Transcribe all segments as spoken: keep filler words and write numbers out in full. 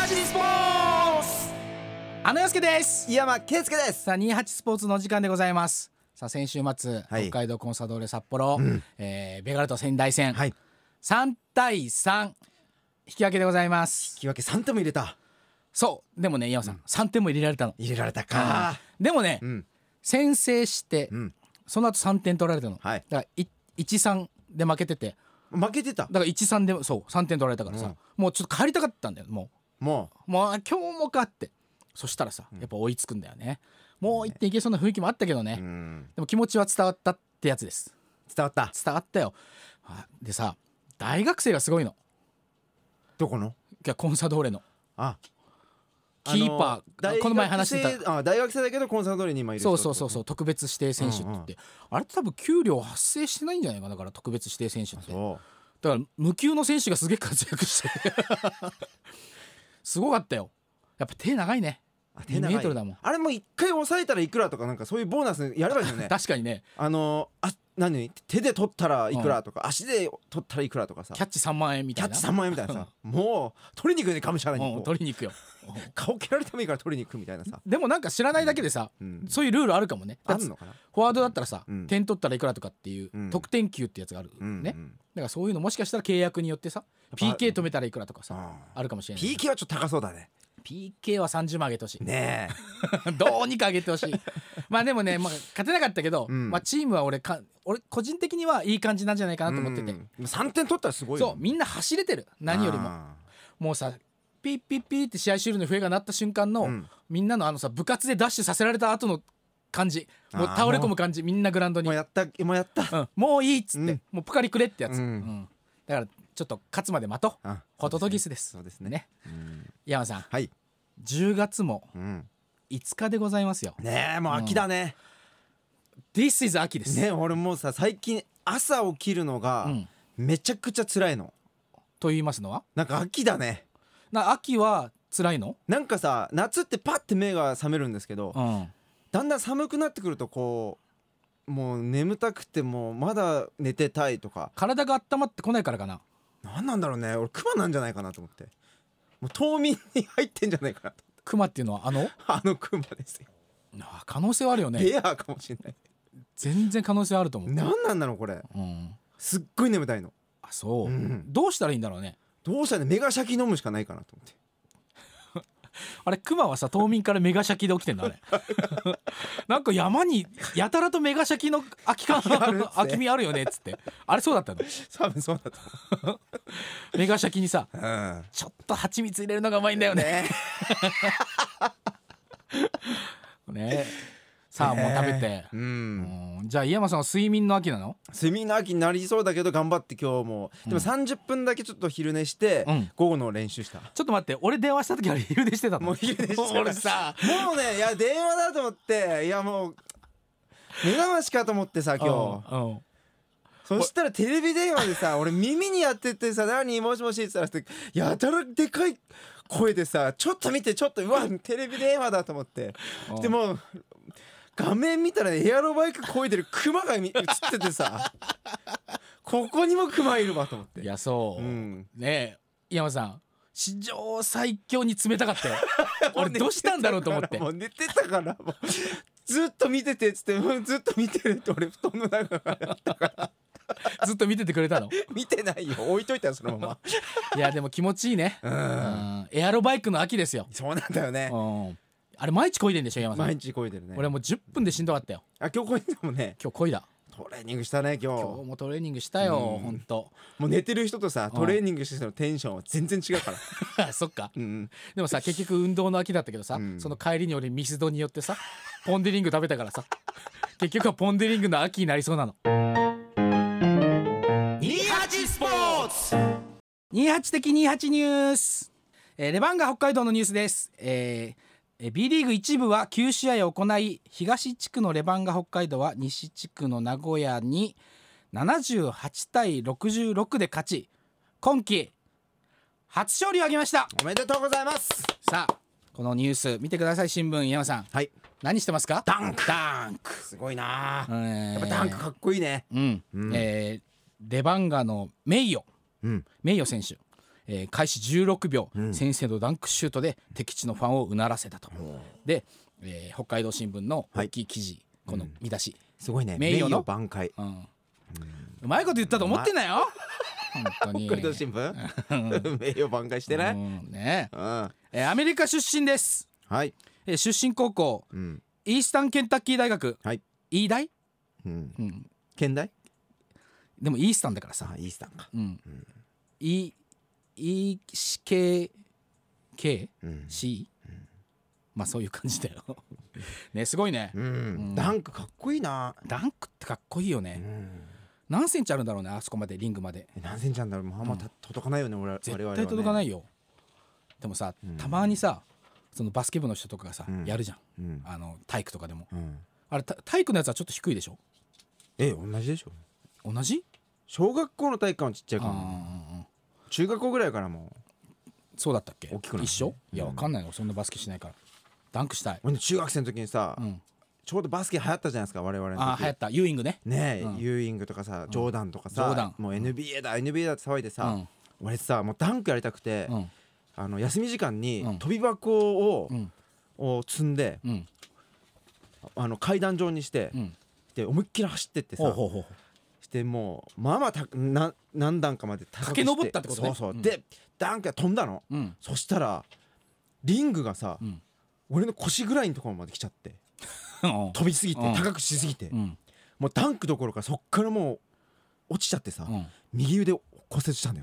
八スポーツ。あのよすけです。 井山圭介です。 さあにじゅうはちスポーツのお時間でございます。さあ先週末、はい、北海道コンサドーレ札幌、うん、えー、ベガルタ仙台戦、はい、さんたいさん引き分けでございます。 引き分けさんてんも入れた。 そうでもね井山さん、うん、さんてんも入れられたの。 入れられたか、 うん、でもね、うん、先制して、うん、その後さんてん取られたの、はい、だから いちたいさん で負けてて負けてただから いちたいさん でそうさんてん取られたからさ、うん、もうちょっと帰りたかったんだよ。もうもうもう今日もかって。そしたらさやっぱ追いつくんだよね、うん、もういってんいけそうな雰囲気もあったけどね、うん、でも気持ちは伝わったってやつです。 伝わった伝わったよ。でさ大学生がすごいの。 どこの？ コンサドーレのあキーパーこの前話してた。 あ大学生だけどコンサドーレに今いる人。 そうそうそうそう特別指定選手って言って、うんうん、あれって多分給料発生してないんじゃないかな。だから特別指定選手ってだから無給の選手がすげえ活躍してすごかったよ。やっぱ手長いね。にメートルだもん。 あれも一回抑えたらいくらとかなんかそういうボーナスやればいいよね確かにね。 あのあ何手で取ったらいくらとか、うん、足で取ったらいくらとかさキャッチさんまんえんみたいなキャッチさんまんえんみたいなさもう取りに行くね。がむしゃらに、 うん、取りに行くよ顔蹴られてもいいから取りに行くみたいなさ。 でもなんか知らないだけでさ、うん、そういうルールあるかもね。 あるのかな。 フォワードだったらさ、うん、点取ったらいくらとかっていう、 うん、 得点給ってやつがある、うんねうん、だからそういうのもしかしたら契約によってさ ピーケー 止めたらいくらとかさ あ, あるかもしれない。 ピーケー はちょっと高そうだね。 ピーケー はさんじゅうまん上げてほしいねえどうにか上げてほしいまあでもね、まあ、勝てなかったけど、うんまあ、チームは 俺, か俺個人的にはいい感じなんじゃないかなと思ってて、 うん、さんてん取ったらすごいよ。 そうみんな走れてる。何よりももうさピッピッピッって試合終了の笛が鳴った瞬間の、うん、みんなのあのさ部活でダッシュさせられた後の感じ、もう倒れ込む感じ。みんなグラウンドにもうやったもうやった、 うん、もういいっつって、うん、もうプカリくれってやつ、うんうん、だからちょっと勝つまで待とう。ホトトギスです。 そうですね、 ね、うん、山さん、 はい、 じゅうがつもいつかでございますよ。 ねえもう秋だね、 うん、This is 秋ですね。俺もうさ最近朝起きるのがめちゃくちゃ辛いの、 うん、と言いますのはなんか秋だね。 な秋は辛いの？ なんかさ夏ってパッて目が覚めるんですけど、うん、だんだん寒くなってくるとこうもう眠たくてもうまだ寝てたいとか体が温まってこないからかな。 なんなんだろうね。俺クマなんじゃないかなと思ってもう冬眠に入ってんじゃないかなと。 クマっていうのはあのあのクマですよ。 あ可能性はあるよね。 ベアかもしれない。 全然可能性あると思う。 なんなんだろうこれ、うん、すっごい眠たいの。 あそう、うん、どうしたらいいんだろうね。 どうしたらメガシャキ飲むしかないかなと思ってあれクマはさ冬眠からメガシャキで起きてんのあれなんか山にやたらとメガシャキの空き缶空き身あるよねっつってあれそうだったの。 多分そうだったメガシャキにさ、うん、ちょっと蜂蜜入れるのがうまいんだよねねさあもう食べて、うんうん、じゃあ井山さんは睡眠の秋なの？ 睡眠の秋になりそうだけど頑張って今日も、うん、でもさんじゅっぷんだけちょっと昼寝して、うん、午後の練習した。 ちょっと待って俺電話した時は昼寝してたの？ もう昼寝してた俺さもうねいや電話だと思っていやもう目覚ましかと思ってさ今日、うんうん、そしたらテレビ電話でさ俺耳にやっててさ何もしもしって言ったらやたらでかい声でさちょっと見てちょっとうわテレビ電話だと思ってでも画面見たら、ね、エアロバイク漕いでるクマが映っててさここにもクマいるわと思って。 いやそう、うん、ねえ井山さん史上最強に冷たかったよ俺どうしたんだろうと思ってもう寝てたからもうずっと見ててっつってずっと見てるって俺布団の中からやったからずっと見ててくれたの？ 見てないよ置いといたよそのままいやでも気持ちいいね、うん、うん、エアロバイクの秋ですよ。 そうなんだよね、 うん、あれ毎日漕いでんでしょ山さん？ 毎日漕いでるね。 俺もうじゅっぷんでしんどかったよ。 あ今日漕いでもね。 今日漕いだ。 トレーニングしたね今日。 今日もトレーニングしたよ、うん、ほんともう寝てる人とさトレーニングしてる人のテンションは全然違うからそっか、うん、でもさ結局運動の秋だったけどさ、うん、その帰りに俺ミスドによってさポンデリング食べたからさ結局はポンデリングの秋になりそうなの。にじゅうはちスポーツにじゅうはち的にじゅうはちニュース、えー、レバンガ北海道のニュースです。えー B リーグいち部はきゅう試合を行い東地区のレバンガ北海道は西地区の名古屋にななじゅうはちたいろくじゅうろくで勝ち今季初勝利を挙げました。 おめでとうございます。 さあこのニュース見てください。新聞山さん、はい、何してますか？ ダンクダンクすごいな、えー、やっぱダンクかっこいいね、 うんうん、えー、レバンガの名誉、うん、名誉選手えー開始じゅうろくびょう、 うん、 先制のダンクシュートで敵地のファンをうならせたと。で、えー北海道新聞の大きい記事、はい、この見出し、 うん、すごいね、 名誉の挽回、 うんうん、うまいこと言ったと思ってんなよ、ま、本当に北海道新聞名誉挽回してない、 うんねうんえー、アメリカ出身です、 はいえー、出身高校、うん、イースタンケンタッキー大学、はい、イー大、 うんうん、県大でもイースタンだからさ、 あイースタンか、 うんうん、イーケーケーシー、まあそういう感じだよね、すごいね、 うんうん、ダンクかっこいいな。 ダンクってかっこいいよね、うん、何センチあるんだろうね、あそこまでリングまで。 何センチあるんだろう、もうあんま届かないよね、うん、俺絶対届かないよ。でもさ、うん、たまにさそのバスケ部の人とかがさ、うん、やるじゃん、うん、あの体育とかでも、うん、あれ体育のやつはちょっと低いでしょ。 え同じでしょ。 同じ。 小学校の体育館はちっちゃいから、ね、中学校ぐらいからもうそうだったっけ。 大きくなる、ね、 一緒。いやわかんないの、そんなバスケしないから。ダンクしたい。 俺中学生の時にさ、うん、ちょうどバスケ流行ったじゃないですか我々の時。 あ流行った。ユーイングね。 ねえ、うん、ユーイングとかさ、ジョーダンとかさ、うん、もう エヌビーエー だ エヌビーエー だって騒いでさ、うん、俺さもうダンクやりたくて、うん、あの休み時間に跳び箱を、うん、を積んで、うん、あの階段状にして、うん、で思いっきり走ってってさ、ほうほうほうしてもうまあまあたな何段かまで高くして駆け上ったってことね。 そうそう、うん、でダンクが飛んだの、うん、そしたらリングがさ、うん、俺の腰ぐらいのところまで来ちゃって飛びすぎて高くしすぎて、うん、もうダンクどころかそっからもう落ちちゃってさ、うん、右腕を骨折したんだよ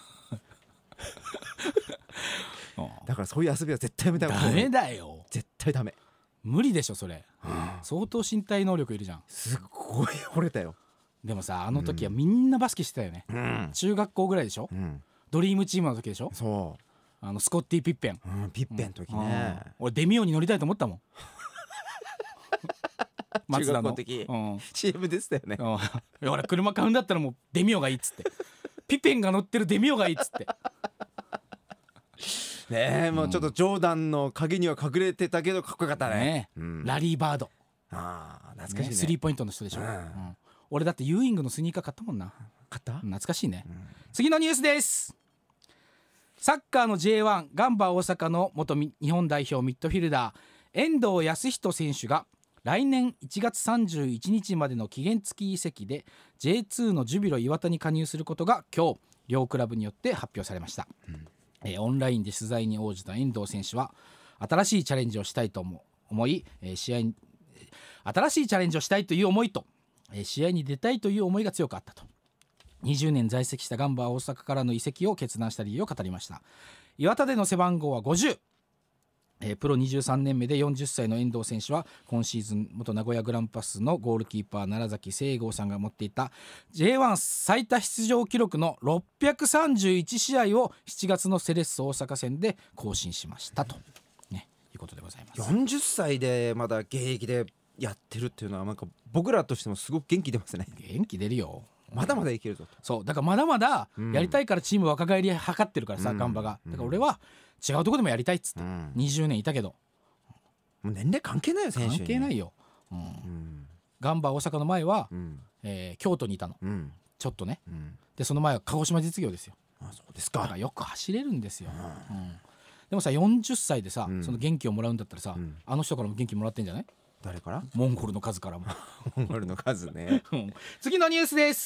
だからそういう遊びは絶対やめた方がいい。 ダメだよ、 絶対ダメ。 無理でしょそれ、うん、相当身体能力いるじゃん。 すごい惚れたよ。 でもさあの時はみんなバスケしてたよね、うん、中学校ぐらいでしょ、うん、ドリームチームの時でしょ。 そうあのスコッティ・ピッペン、 うん、ピッペンの時ね、 うん、俺デミオに乗りたいと思ったもん中学校の時、うん、シーエム でしたよね、 うん、俺車買うんだったらもうデミオがいいっつってピッペンが乗ってるデミオがいいっつってねえ、もうちょっとジョーダンの影には隠れてたけどかっこよかったね。 ね、うん、ラリー・バード、 あ懐かしいね、 ね、スリーポイントの人でしょ、うんうん、俺だってユーイングのスニーカー買ったもんな。 買った？ 懐かしいね、うん、次のニュースです。サッカーの ジェイワン ガンバ大阪の元日本代表ミッドフィルダー遠藤保仁選手が来年いちがつさんじゅういちにちまでの期限付き移籍で ジェイツー のジュビロ磐田に加入することが今日両クラブによって発表されました、うんえー、オンラインで取材に応じた遠藤選手は新しいチャレンジをしたいと思い、えー、試合に新しいチャレンジをしたいという思いと、えー、試合に出たいという思いが強かったと。にじゅうねん在籍したガンバ大阪からの移籍を決断した理由を語りました。磐田での背番号はごじゅう、えー、プロにじゅうさんねんめでよんじゅっさいの遠藤選手は今シーズン元名古屋グランパスのゴールキーパー楢崎正剛さんが持っていた ジェイワン 最多出場記録のろっぴゃくさんじゅういちしあいをしちがつのセレッソ大阪戦で更新しましたと、ね、いうことでございます。 よんじゅっさいでまだ現役でやってるっていうのはなんか僕らとしてもすごく元気出ますね。 元気出るよ。 まだまだいけるぞと。 そうだからまだまだやりたいからチーム若返り図ってるからさ、うん、ガンバがだから俺は違うとこでもやりたいっつって、うん、にじゅうねんいたけどもう年齢関係ないよ選手に。 関係ないよ、うんうん、ガンバ大阪の前は、うんえー、京都にいたの、うん、ちょっとね、うん、でその前は鹿児島実業ですよ。 あそうですか。 だからよく走れるんですよ、うんうん、でもさよんじゅっさいでさ、うん、その元気をもらうんだったらさ、うん、あの人からも元気もらってんじゃない？ 誰から？ モンゴルの数からもモンゴルの数ね次のニュースです。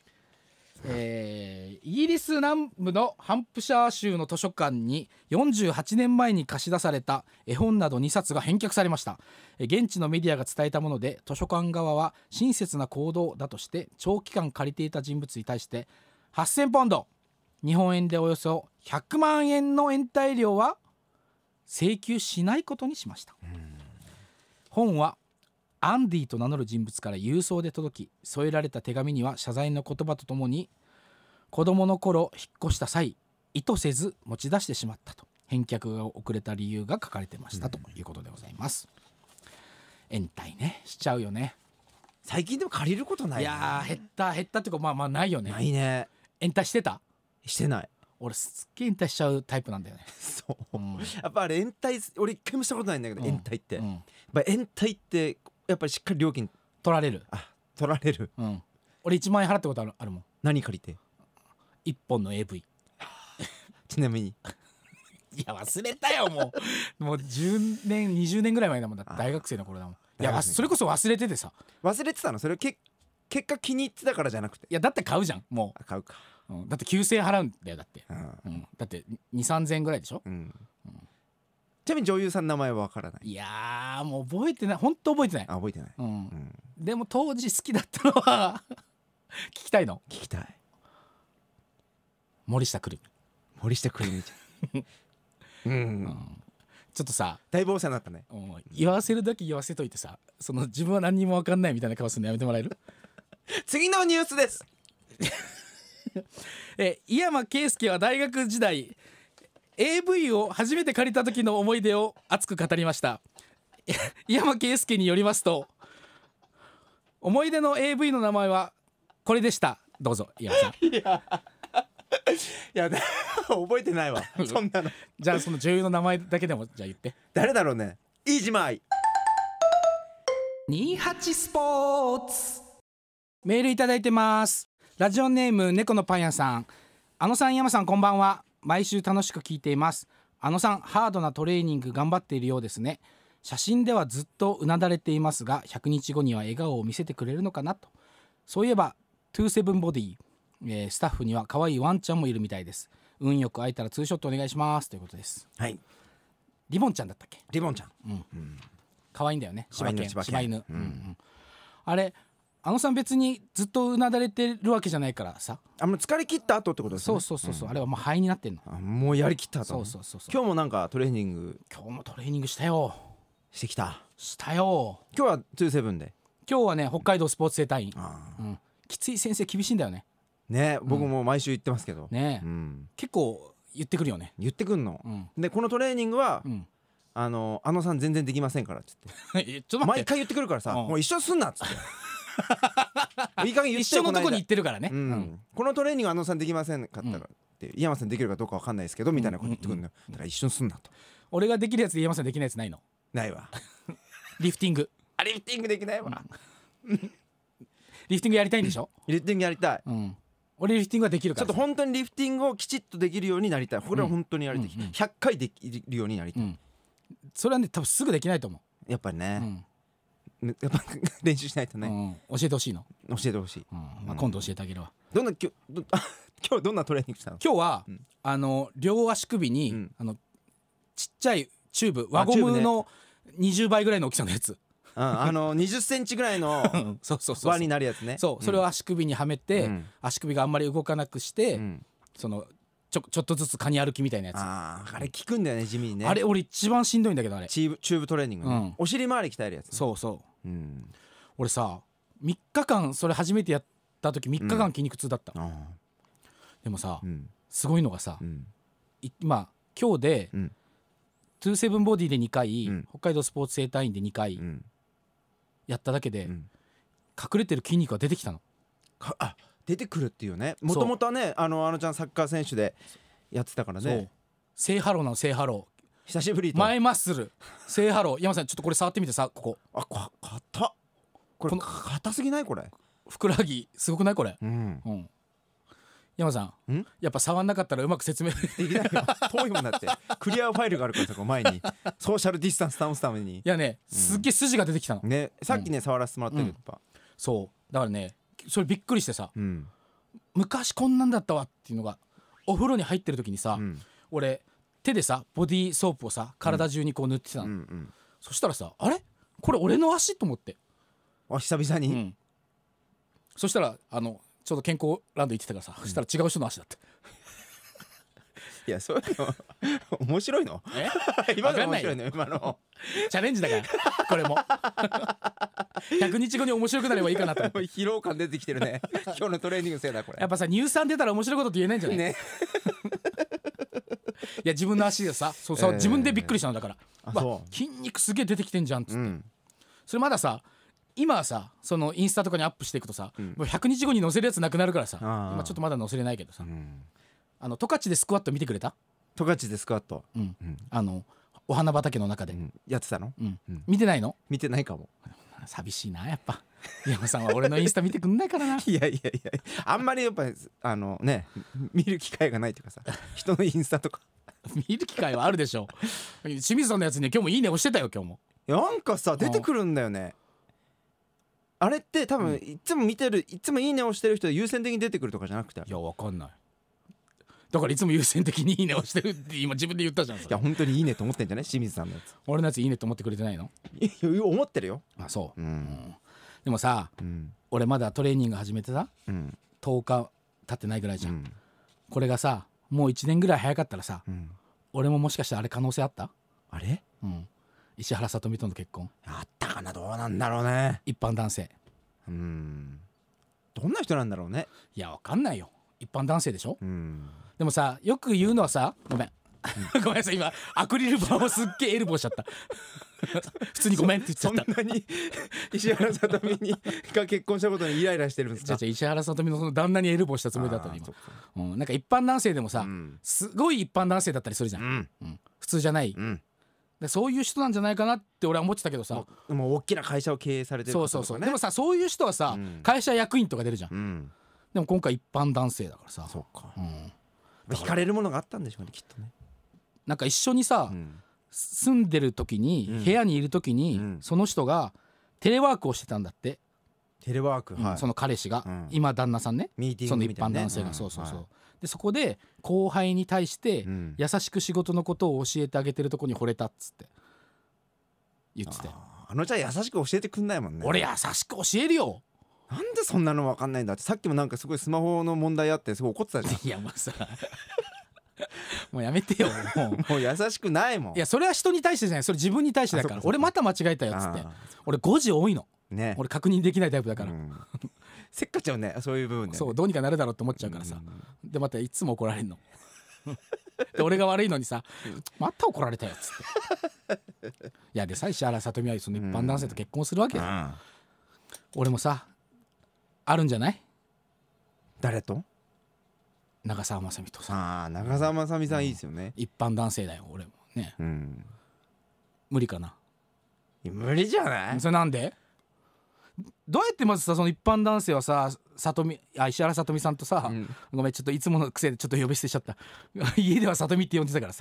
えー、イギリス南部のハンプシャー州の図書館によんじゅうはちねんまえに貸し出された絵本などにさつが返却されました。現地のメディアが伝えたもので図書館側は親切な行動だとして長期間借りていた人物に対してはっせんポンド日本円でおよそひゃくまんえんの延滞料は請求しないことにしました。本はアンディと名乗る人物から郵送で届き添えられた手紙には謝罪の言葉とともに子供の頃引っ越した際意図せず持ち出してしまったと返却が遅れた理由が書かれてました、うん、ということでございます。延滞ねしちゃうよね。 最近でも借りることない、ね、 いや減った減ったっていうかまあまあないよね。 ないね。 延滞してた？ してない。 俺すっげえ延滞しちゃうタイプなんだよね。 そう、うん、やっぱあれ延滞俺一回もしたことないんだけど、うん、延滞って、うん、やっぱ延滞ってやっぱりしっかり料金取られる。 あ取られる、 うん、俺いちまんえん払ったことある、あるもん。 何借りて？ いっぽんの エーブイちなみに。 いや忘れたよもうもうじゅうねんにじゅうねんぐらい前だもんだって大学生の頃だもん。いやそれこそ忘れててさ。 忘れてたの？それけ結果気に入ってたからじゃなくて。 いやだって買うじゃんもう。 買うか、 うん、だってきゅうせんえん払うんだよだって、うんうん、だってにせんさんぜんえんぐらいでしょ、うんうん、 ちなみに女優さんの名前はわからない？ いやもう覚えてない本当覚えてない。 あ覚えてない、うんうん、 でも当時好きだったのは聞きたいの？ 聞きたい。 森下くるみ。 森下くるみちゃんうん、うん、 ちょっとさ大暴走になったね。 言わせるだけ言わせといてさその自分は何にも分かんないみたいな顔するのやめてもらえる？ 次のニュースですえ井山圭介は大学時代 エーブイ を初めて借りた時の思い出を熱く語りました。井山圭介によりますと思い出の エーブイ の名前はこれでした。どうぞ井山さん。いやいや覚えてないわそんなの。 じゃあその女優の名前だけでもじゃあ言って。 誰だろうね。飯島愛。 にじゅうはちスポーツメールいただいてます。ラジオネーム猫のパン屋さん。あのさん山さんこんばんは。毎週楽しく聞いています。あのさんハードなトレーニング頑張っているようですね。写真ではずっとうなだれていますがひゃくにちごには笑顔を見せてくれるのかなと。そういえばにじゅうななボディ、えー、スタッフには可愛いワンちゃんもいるみたいです。運よく会えたらツーショットお願いしますということです。 はい。 リボンちゃんだったっけ？ リボンちゃん、 うんうん、可愛いんだよね。柴犬柴犬、うんうん、あれあのさん別にずっとうなだれてるわけじゃないからさ。 あもう疲れ切った後ってことですね。 そうそうそうそう、うん、あれはもう肺になってんの。 あもうやりきった後。 そうそうそうそう。 今日もなんかトレーニング。 今日もトレーニングしたよ。 してきた。 したよ。 今日はにじゅうななで。 今日はね北海道スポーツ整体院。あ、うん、きつい先生厳しいんだよね。ね僕も毎週言ってますけど、 うん、ね、うん、結構言ってくるよね。 言ってくんの、うん、でこのトレーニングは、うん、あのあのさん全然できませんからっつってちょっと待って毎回言ってくるからさ、うん、もう一緒すんなっつっていい加減言って。 一緒のとこに行ってるからね、 うんうん、このトレーニングあのさんできませんかったらって、うん、井山さんできるかどうかわかんないですけどみたいなこと言ってくるのよ。だから一緒にすんなと。 俺ができるやつで井山さんできないやつないの？ ないわリフティング。 あリフティングできないわ、 うん、リフティングやりたいんでしょ？ リフティングやりたい、 うん、俺リフティングはできるから。 ちょっと本当にリフティングをきちっとできるようになりたい。これは本当にやりたい、うんうんうん、ひゃっかいできるようになりたい、うん、 それはね多分すぐできないと思う。やっぱりね、うん、やっぱ練習しないとね、 うん、教えてほしいの。 教えてほしい、 うんまあ、今度教えてあげるわ。 どんな今日ど今日どんなトレーニングしたの？ 今日は、うん、あの両足首に、うん、あのちっちゃいチューブ輪ゴムのにじゅうばいぐらいの大きさのやつ、 うん、あのにじゅっセンチぐらいの輪になるやつね。 そうそれを足首にはめて、うん、足首があんまり動かなくして、うん、そのちょ、ちょっとずつカニ歩きみたいなやつ。 ああれ効くんだよね地味にね。 あれ俺一番しんどいんだけどあれチーブ、チューブトレーニング、ねうん、お尻周り鍛えるやつ、ね、 そうそう、うん、俺さみっかかんそれ初めてやった時みっかかん筋肉痛だった、うん、でもさ、うん、すごいのがさ、うん、今今日で、うん、にじゅうななボディでにかい、うん、北海道スポーツ整体院でにかい、うん、やっただけで、うん、隠れてる筋肉が出てきたの。 かあ出てくるっていうね。もともとはねあのあのちゃんサッカー選手でやってたからね。そうセイハローなの。セイハロー久しぶりとマイマッスルセイハロー。山さんちょっとこれ触ってみてさここ。 あか硬っ。これ硬すぎないこれ。 ふくらはぎすごくないこれ、うんうん、山さんんやっぱ触んなかったらうまく説明できないよ遠いもんだってクリアファイルがあるからさこの前にソーシャルディスタンス保つために。 いやね、うん、すっげえ筋が出てきたのね。さっきね、うん、触らせてもらったけど、うん、 そうだからねそれびっくりしてさ、うん、昔こんなんだったわっていうのがお風呂に入ってる時にさ、うん、俺手でさボディーソープをさ体中にこう塗ってたの、うんうんうん、そしたらさあれこれ俺の足と思って。 あ久々に、うん、 そしたらあのちょうど健康ランド行ってたからさ、うん、そしたら違う人の足だったいやそういうの面白いのえ今の面白いの今のチャレンジだからこれもひゃくにちごに面白くなればいいかなと思って疲労感出てきてるね今日のトレーニングせいだこれ。 やっぱさ乳酸出たら面白いことって言えないんじゃないねいや自分の足でさそうさ、えー、自分でびっくりしたのだから、ま、筋肉すげえ出てきてんじゃんっつって、うん、それまださ今はさそのインスタとかにアップしていくとさ、うん、もうひゃくにちごに載せるやつなくなるからさ今ちょっとまだ載せれないけどさ、うん、あの十勝でスクワット見てくれた？ 十勝でスクワット、 うんうん、あのお花畑の中で、うん、 やってたの、 うんうん、見てないの？ 見てないかも。 寂しいなやっぱ井山さんは俺のインスタ見てくんないからな。 いやいやいやあんまりやっぱりあのね見る機会がないというかさ人のインスタとか見る機会はあるでしょ。清水さんのやつに今日もいいね押してたよ今日も。 なんかさ出てくるんだよね。あれって多分いつも見てるいつもいいねをしてる人で優先的に出てくるとかじゃなくて、 いやわかんない。だからいつも優先的にいいねをしてるって今自分で言ったじゃん。 いや本当にいいねと思ってんじゃない清水さんのやつ。 俺のやついいねと思ってくれてないの？ いや思ってるよ。 あそう、 うんうん、でもさ、 うん、 俺まだトレーニング始めてさ、 うん、 とおか経ってないぐらいじゃん、 うん、 これがさもういちねんぐらい早かったらさ、 うん、 俺ももしかしてあれ可能性あった？ あれ、 うん、石原さとみとの結婚あったかな。どうなんだろうね。 一般男性。 うん、どんな人なんだろうね。 いやわかんないよ一般男性でしょ、 うん、 でもさよく言うのはさごめんごめんなさい今アクリル板をすっげえエルボーしちゃった普通にごめんって言っちゃった。 そんなに石原さとみにが結婚したことにイライラしてるんですか？ じゃあ石原さとみのその旦那にエルボーしたつもりだったの今、うん、なんか一般男性でもさ、うん、すごい一般男性だったりするじゃん、うんうん、普通じゃない、うん、でそういう人なんじゃないかなって俺は思ってたけどさ、もう、 もう大きな会社を経営されてるとか、ね、 そうそうそう。でもさそういう人はさ、うん、会社役員とか出るじゃん、うん、でも今回一般男性だからさ、そうか、うん、 惹かれるものがあったんでしょうねきっとね。 なんか一緒にさ、うん、住んでる時に、うん、部屋にいる時に、うん、その人がテレワークをしてたんだって。 テレワーク、 うんはい、 その彼氏が、うん、今旦那さんね、 ミーティングみたいなね、 その一般男性が、 うん、 そうそうそう、 はい、 でそこで後輩に対して、うん、優しく仕事のことを教えてあげてるとこに惚れたっつって言ってて、 あ, あのちゃん優しく教えてくんないもんね。 俺優しく教えるよ。 なんでそんなの分かんないんだって。さっきもなんかすごいスマホの問題あってすごい怒ってたじゃん。 いやもうさもうやめてよもうもう優しくないもん。 いやそれは人に対してじゃない、それ自分に対してだから。俺また間違えたよっつって。俺誤字多いの、ね、俺確認できないタイプだから、うん、 せっかちゃうねそういう部分で、ね、 そうどうにかなるだろうって思っちゃうからさ、うん、でまたいつも怒られるので俺が悪いのにさまた怒られたよっつっていやでさ石原さとみはその一般男性と結婚するわけよ、うん、俺もさあるんじゃない？ 誰と？ 長澤まさみとさ。 ああ長澤まさみさんいいですよね、 うん、一般男性だよ俺もね、うん、無理かな。 無理じゃない？ それなんで？どうやってまずさその一般男性はささとみあ石原さとみさんとさ、うん、ごめんちょっといつもの癖でちょっと呼び捨てしちゃった家ではさとみって呼んでたからさ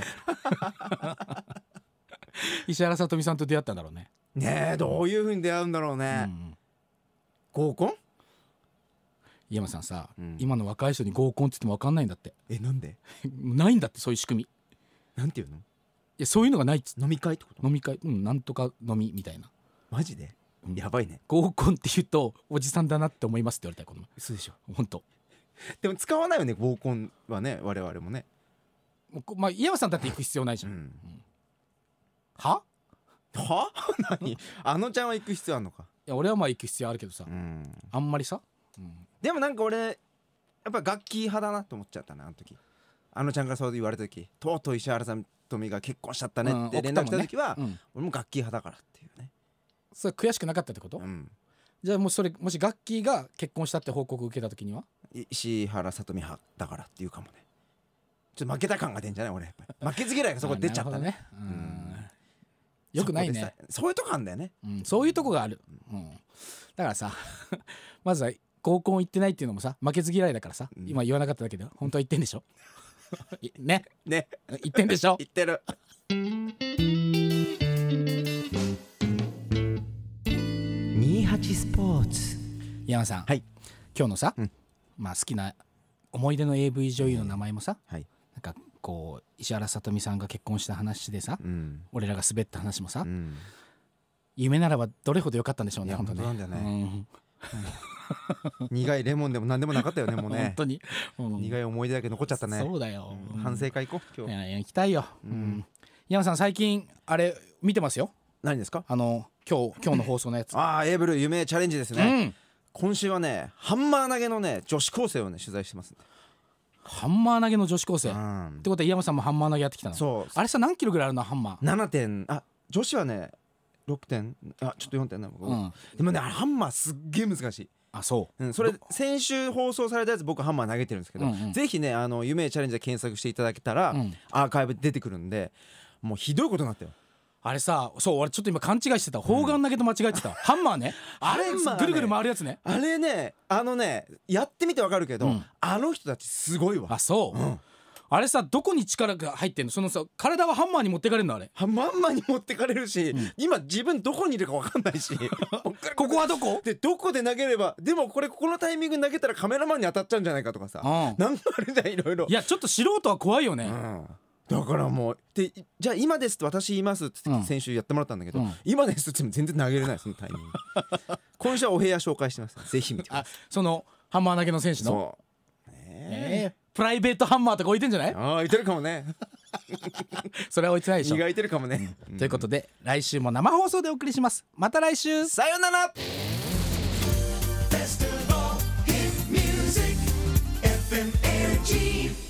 石原さとみさんと出会ったんだろうね。 ねえどういう風に出会うんだろうね、うん、合コン？ 井山さんさ、うん、今の若い人に合コンって言っても分かんないんだって。 えなんで？ ないんだってそういう仕組み。 なんていうの？いやそういうのがないっつって。 飲み会ってこと？ 飲み会、うんなんとか飲みみたいな。 マジで？うん、やばいね。 合コンって言うとおじさんだなって思いますって言われたよこの前。 嘘でしょ？ 本当。 でも使わないよね合コンはね我々もね。 もうまあ井山さんだって行く必要ないじゃん、うんうん、はは何あのちゃんは行く必要あるのか。 いや俺はまあ行く必要あるけどさ、うん、あんまりさ、うん、 でもなんか俺やっぱ楽器派だなと思っちゃったなあの時。あのちゃんがそう言われた時とうとう石原さとみが結婚しちゃったねって連絡した時は、うんねうん、俺も楽器派だからっていうね。 それ悔しくなかったってこと、うん、じゃあもうそれもし楽器が結婚したって報告受けた時には石原さとみ派だからっていうかもね。ちょっと負けた感が出んじゃない俺やっぱり負けず嫌いがそこで出ちゃったね。うん、 よくないね。 そういうとこあんだよね、 うん、そういうとこがある、うん、だからさまずは合コン行ってないっていうのもさ負けず嫌いだからさ、うん、今言わなかっただけで本当は言ってんでしょねね言ってんでしょ言ってるにじゅうはちスポーツ。 山さん、はい、今日のさ、うん、まあ好きな思い出の エーブイ 女優の名前もさ、はい、なんかこう石原さとみさんが結婚した話でさ、うん、俺らが滑った話もさ、うん、夢ならばどれほど良かったんでしょうね。 本当なんだよね、うん苦いレモンでも何でもなかったよねもうね本当に、 うん、苦い思い出だけ残っちゃったね。 そうだよ、 うん、反省会行こう今日。 いやいや行きたいよ、うんうん、山さん最近あれ見てますよ。 何ですか？ あの今日今日の放送のやつああエイブル夢チャレンジですね、うん、今週はねハンマー投げのね女子高生をね取材してます、ね、 ハンマー投げの女子高生、うん、ってことは井山さんもハンマー投げやってきたの？ そう。 あれさ何キロぐらいあるのハンマー？ ななてんあ女子はねろくてんあちょっとよんてんな、うん、でもねハンマーすっげえ難しい。 あそう、 うん、それ先週放送されたやつ僕ハンマー投げてるんですけど、うんうん、ぜひねあの夢チャレンジで検索していただけたら、うん、アーカイブ出てくるんでもうひどいことになったよ。 あれさ、そう俺ちょっと今勘違いしてた、砲丸投げと間違えてた、うん、ハンマーね、あれハンマーねぐるぐる回るやつね。 あれね、あのねやってみてわかるけど、うん、あの人たちすごいわ。 あそう、うん、あれさどこに力が入ってんの、そのさ体はハンマーに持ってかれるのあれ。 ハンマーに持ってかれるし、うん、今自分どこにいるかわかんないしここはどこでどこで投げれば、でもこれここのタイミング投げたらカメラマンに当たっちゃうんじゃないかとかさ、うん、なんかあるじゃんいろいろ。 いやちょっと素人は怖いよね、 うんだからもうでじゃあ今ですって私言いますって先週やってもらったんだけど、うん、今ですって全然投げれないそのタイミング今週はお部屋紹介してます、ぜひ見てください。 あそのハンマー投げの選手のそう、えー、プライベートハンマーとか置いてんじゃない？ ああ置いてるかもねそれは置いてないでしょ。 磨いてるかもね、 うん、ということで来週も生放送でお送りします。また来週、 さよなら。 Festival Hit Music エフエムエージー